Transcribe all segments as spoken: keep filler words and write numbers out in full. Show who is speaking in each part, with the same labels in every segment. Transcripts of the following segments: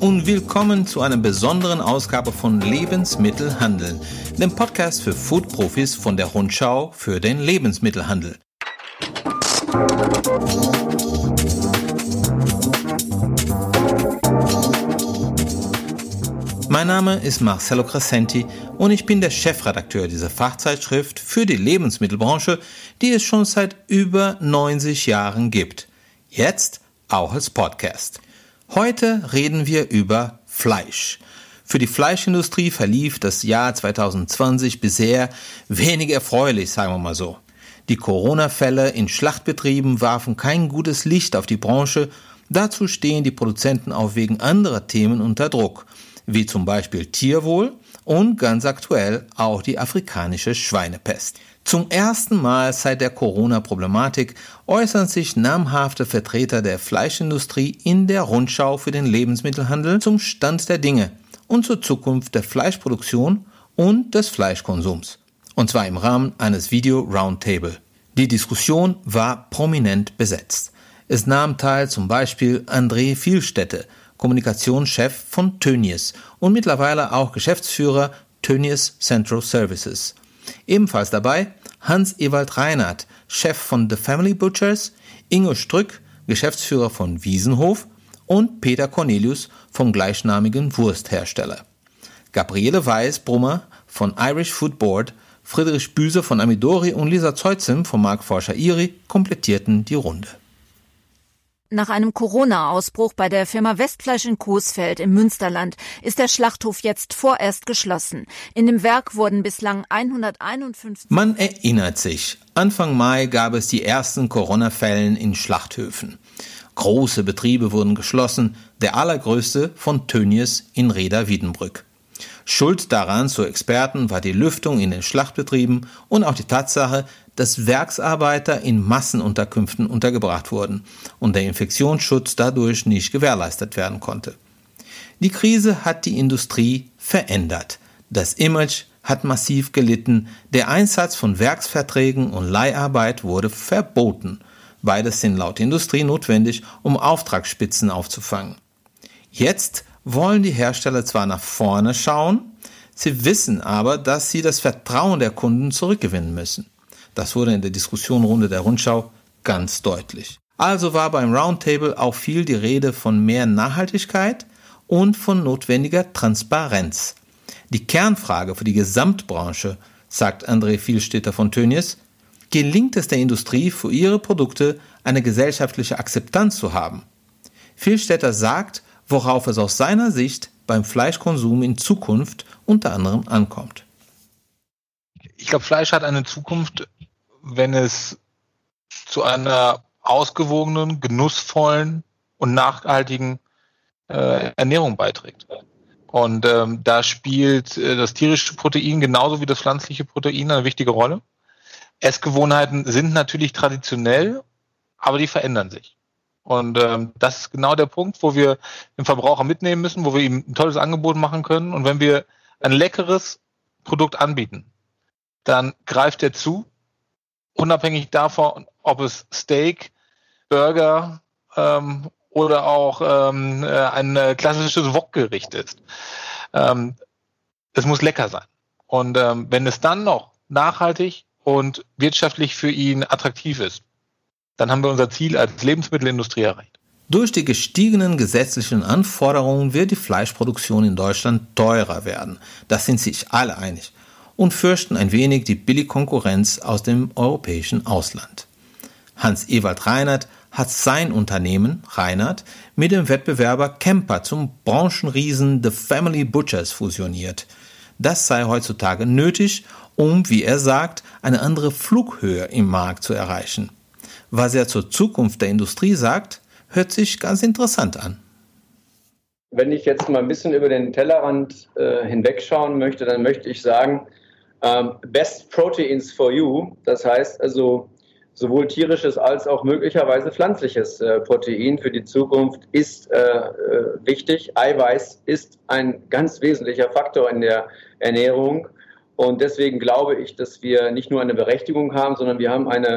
Speaker 1: und willkommen zu einer besonderen Ausgabe von Lebensmittelhandel, dem Podcast für Food-Profis von der Rundschau für den Lebensmittelhandel. Mein Name ist Marcello Crescenti und ich bin der Chefredakteur dieser Fachzeitschrift für die Lebensmittelbranche, die es schon seit über neunzig Jahren gibt. Jetzt auch als Podcast. Heute reden wir über Fleisch. Für die Fleischindustrie verlief das Jahr zwanzig zwanzig bisher wenig erfreulich, sagen wir mal so. Die Corona-Fälle in Schlachtbetrieben warfen kein gutes Licht auf die Branche. Dazu stehen die Produzenten auch wegen anderer Themen unter Druck, wie zum Beispiel Tierwohl und ganz aktuell auch die afrikanische Schweinepest. Zum ersten Mal seit der Corona-Problematik äußern sich namhafte Vertreter der Fleischindustrie in der Rundschau für den Lebensmittelhandel zum Stand der Dinge und zur Zukunft der Fleischproduktion und des Fleischkonsums. Und zwar im Rahmen eines Video-Roundtable. Die Diskussion war prominent besetzt. Es nahm teil zum Beispiel André Vielstädte, Kommunikationschef von Tönnies und mittlerweile auch Geschäftsführer Tönnies Central Services. Ebenfalls dabei Hans-Ewald Reinhardt, Chef von The Family Butchers, Ingo Strück, Geschäftsführer von Wiesenhof und Peter Cornelius vom gleichnamigen Wursthersteller. Gabriele Weiß-Brummer von Irish Food Board, Friedrich Büser von Amidori und Lisa Zeuzim vom Marktforscher I R I komplettierten die Runde.
Speaker 2: Nach einem Corona-Ausbruch bei der Firma Westfleisch in Coesfeld im Münsterland ist der Schlachthof jetzt vorerst geschlossen. In dem Werk wurden bislang hunderteinundfünfzig...
Speaker 1: Man erinnert sich, Anfang Mai gab es die ersten Corona-Fällen in Schlachthöfen. Große Betriebe wurden geschlossen, der allergrößte von Tönnies in Rheda-Wiedenbrück. Schuld daran, so Experten, war die Lüftung in den Schlachtbetrieben und auch die Tatsache, dass Werksarbeiter in Massenunterkünften untergebracht wurden und der Infektionsschutz dadurch nicht gewährleistet werden konnte. Die Krise hat die Industrie verändert. Das Image hat massiv gelitten. Der Einsatz von Werksverträgen und Leiharbeit wurde verboten. Beides sind laut Industrie notwendig, um Auftragsspitzen aufzufangen. Jetzt wollen die Hersteller zwar nach vorne schauen, sie wissen aber, dass sie das Vertrauen der Kunden zurückgewinnen müssen. Das wurde in der Diskussionrunde der Rundschau ganz deutlich. Also war beim Roundtable auch viel die Rede von mehr Nachhaltigkeit und von notwendiger Transparenz. Die Kernfrage für die Gesamtbranche, sagt André Vielstädter von Tönnies, gelingt es der Industrie, für ihre Produkte eine gesellschaftliche Akzeptanz zu haben? Vielstädter sagt, worauf es aus seiner Sicht beim Fleischkonsum in Zukunft unter anderem ankommt.
Speaker 3: Ich glaube, Fleisch hat eine Zukunft, wenn es zu einer ausgewogenen, genussvollen und nachhaltigen äh, Ernährung beiträgt. Und ähm, da spielt äh, das tierische Protein genauso wie das pflanzliche Protein eine wichtige Rolle. Essgewohnheiten sind natürlich traditionell, aber die verändern sich. Und ähm, das ist genau der Punkt, wo wir den Verbraucher mitnehmen müssen, wo wir ihm ein tolles Angebot machen können. Und wenn wir ein leckeres Produkt anbieten, dann greift er zu, unabhängig davon, ob es Steak, Burger ähm, oder auch ähm, ein äh, klassisches Wokgericht ist. Ähm, es muss lecker sein. Und ähm, wenn es dann noch nachhaltig und wirtschaftlich für ihn attraktiv ist, dann haben wir unser Ziel als Lebensmittelindustrie erreicht.
Speaker 1: Durch die gestiegenen gesetzlichen Anforderungen wird die Fleischproduktion in Deutschland teurer werden. Das sind sich alle einig. Und fürchten ein wenig die Billigkonkurrenz aus dem europäischen Ausland. Hans-Ewald Reinhardt hat sein Unternehmen, Reinhardt, mit dem Wettbewerber Kemper zum Branchenriesen The Family Butchers fusioniert. Das sei heutzutage nötig, um, wie er sagt, eine andere Flughöhe im Markt zu erreichen. Was er zur Zukunft der Industrie sagt, hört sich ganz interessant an.
Speaker 4: Wenn ich jetzt mal ein bisschen über den Tellerrand äh, hinwegschauen möchte, dann möchte ich sagen, ähm, Best Proteins for You, das heißt also sowohl tierisches als auch möglicherweise pflanzliches äh, Protein für die Zukunft ist äh, äh, wichtig. Eiweiß ist ein ganz wesentlicher Faktor in der Ernährung und deswegen glaube ich, dass wir nicht nur eine Berechtigung haben, sondern wir haben eine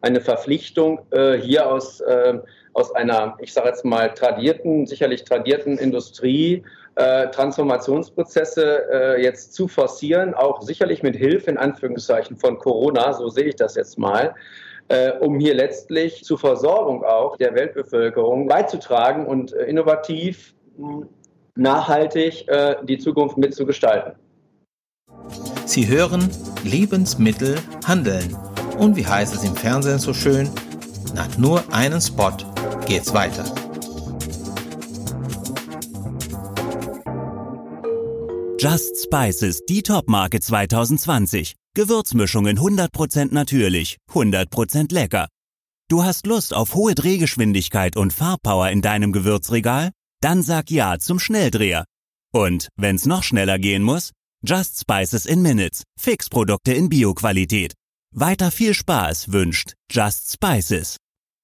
Speaker 4: eine Verpflichtung, äh, hier aus, äh, aus einer, ich sage jetzt mal, tradierten, sicherlich tradierten Industrie äh, Transformationsprozesse äh, jetzt zu forcieren, auch sicherlich mit Hilfe in Anführungszeichen von Corona, so sehe ich das jetzt mal, äh, um hier letztlich zur Versorgung auch der Weltbevölkerung beizutragen und äh, innovativ, nachhaltig äh, die Zukunft mitzugestalten.
Speaker 1: Sie hören Lebensmittel handeln. Und wie heißt es im Fernsehen so schön? Nach nur einem Spot geht's weiter.
Speaker 5: Just Spices, die Top-Marke zwanzig zwanzig. Gewürzmischungen hundert Prozent natürlich, hundert Prozent lecker. Du hast Lust auf hohe Drehgeschwindigkeit und Farbpower in deinem Gewürzregal? Dann sag ja zum Schnelldreher. Und wenn's noch schneller gehen muss, Just Spices in Minutes. Fixprodukte in Bio-Qualität. Weiter viel Spaß wünscht Just Spices.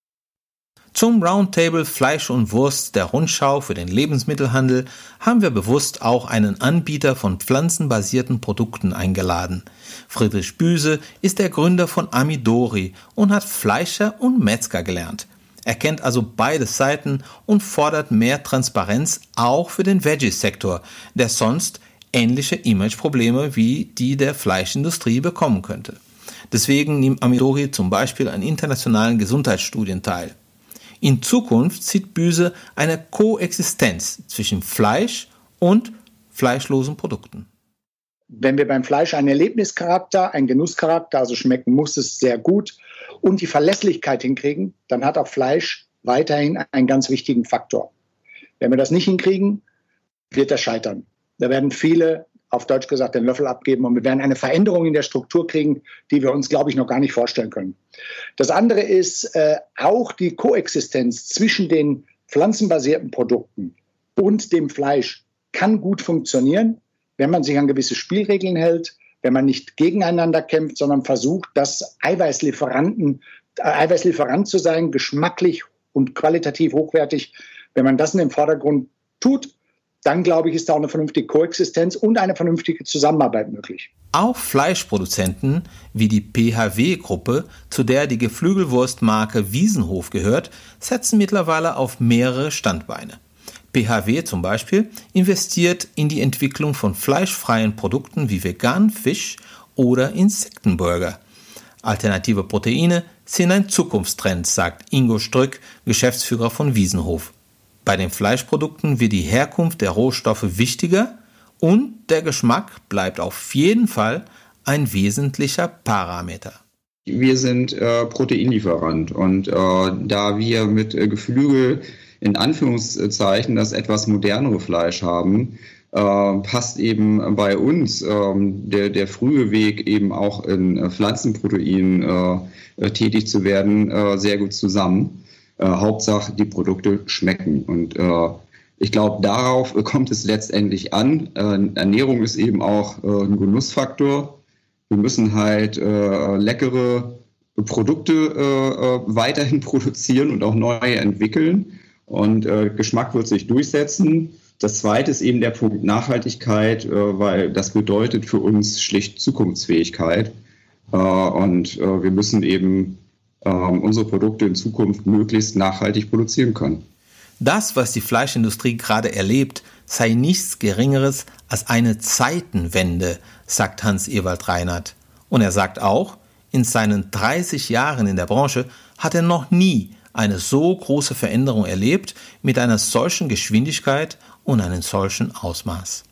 Speaker 1: Zum Roundtable Fleisch und Wurst der Rundschau für den Lebensmittelhandel haben wir bewusst auch einen Anbieter von pflanzenbasierten Produkten eingeladen. Friedrich Büse ist der Gründer von Amidori und hat Fleischer und Metzger gelernt. Er kennt also beide Seiten und fordert mehr Transparenz auch für den Veggie-Sektor, der sonst ähnliche Imageprobleme wie die der Fleischindustrie bekommen könnte. Deswegen nimmt Amidori zum Beispiel an internationalen Gesundheitsstudien teil. In Zukunft sieht Büse eine Koexistenz zwischen Fleisch und fleischlosen Produkten.
Speaker 6: Wenn wir beim Fleisch einen Erlebnischarakter, einen Genusscharakter, also schmecken muss es sehr gut, und die Verlässlichkeit hinkriegen, dann hat auch Fleisch weiterhin einen ganz wichtigen Faktor. Wenn wir das nicht hinkriegen, wird das scheitern. Da werden viele, auf Deutsch gesagt, den Löffel abgeben und wir werden eine Veränderung in der Struktur kriegen, die wir uns, glaube ich, noch gar nicht vorstellen können. Das andere ist äh, auch die Koexistenz zwischen den pflanzenbasierten Produkten und dem Fleisch kann gut funktionieren, wenn man sich an gewisse Spielregeln hält, wenn man nicht gegeneinander kämpft, sondern versucht, das Eiweißlieferanten, äh, Eiweißlieferant zu sein, geschmacklich und qualitativ hochwertig. Wenn man das in den Vordergrund tut, dann, glaube ich, ist da auch eine vernünftige Koexistenz und eine vernünftige Zusammenarbeit möglich.
Speaker 1: Auch Fleischproduzenten wie die P H W-Gruppe, zu der die Geflügelwurstmarke Wiesenhof gehört, setzen mittlerweile auf mehrere Standbeine. P H W zum Beispiel investiert in die Entwicklung von fleischfreien Produkten wie veganen Fisch oder Insektenburger. Alternative Proteine sind ein Zukunftstrend, sagt Ingo Strück, Geschäftsführer von Wiesenhof. Bei den Fleischprodukten wird die Herkunft der Rohstoffe wichtiger und der Geschmack bleibt auf jeden Fall ein wesentlicher Parameter.
Speaker 7: Wir sind äh, Proteinlieferant und äh, da wir mit äh, Geflügel in Anführungszeichen das etwas modernere Fleisch haben, äh, passt eben bei uns äh, der, der frühe Weg eben auch in äh, Pflanzenproteinen äh, tätig zu werden äh, sehr gut zusammen. Äh, Hauptsache, die Produkte schmecken. Und äh, ich glaube, darauf äh, kommt es letztendlich an. Äh, Ernährung ist eben auch äh, ein Genussfaktor. Wir müssen halt äh, leckere Produkte äh, weiterhin produzieren und auch neue entwickeln. Und äh, Geschmack wird sich durchsetzen. Das zweite ist eben der Punkt Nachhaltigkeit, äh, weil das bedeutet für uns schlicht Zukunftsfähigkeit. Äh, und äh, wir müssen eben unsere Produkte in Zukunft möglichst nachhaltig produzieren können.
Speaker 1: Das, was die Fleischindustrie gerade erlebt, sei nichts Geringeres als eine Zeitenwende, sagt Hans-Ewald Reinhardt. Und er sagt auch, in seinen dreißig Jahren in der Branche hat er noch nie eine so große Veränderung erlebt, mit einer solchen Geschwindigkeit und einem solchen Ausmaß.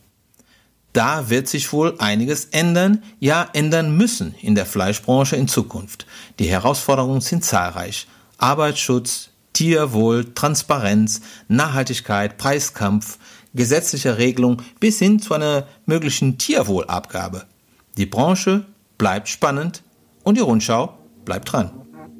Speaker 1: Da wird sich wohl einiges ändern, ja ändern müssen in der Fleischbranche in Zukunft. Die Herausforderungen sind zahlreich. Arbeitsschutz, Tierwohl, Transparenz, Nachhaltigkeit, Preiskampf, gesetzliche Regelung bis hin zu einer möglichen Tierwohlabgabe. Die Branche bleibt spannend und die Rundschau bleibt dran.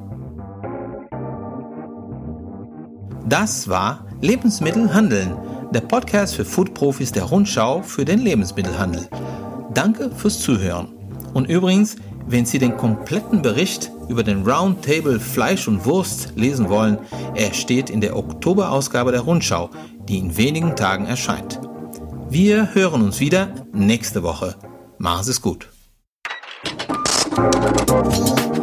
Speaker 1: Das war Lebensmittel handeln, der Podcast für Foodprofis der Rundschau für den Lebensmittelhandel. Danke fürs Zuhören. Und übrigens, wenn Sie den kompletten Bericht über den Roundtable Fleisch und Wurst lesen wollen, er steht in der Oktoberausgabe der Rundschau, die in wenigen Tagen erscheint. Wir hören uns wieder nächste Woche. Machen Sie es gut.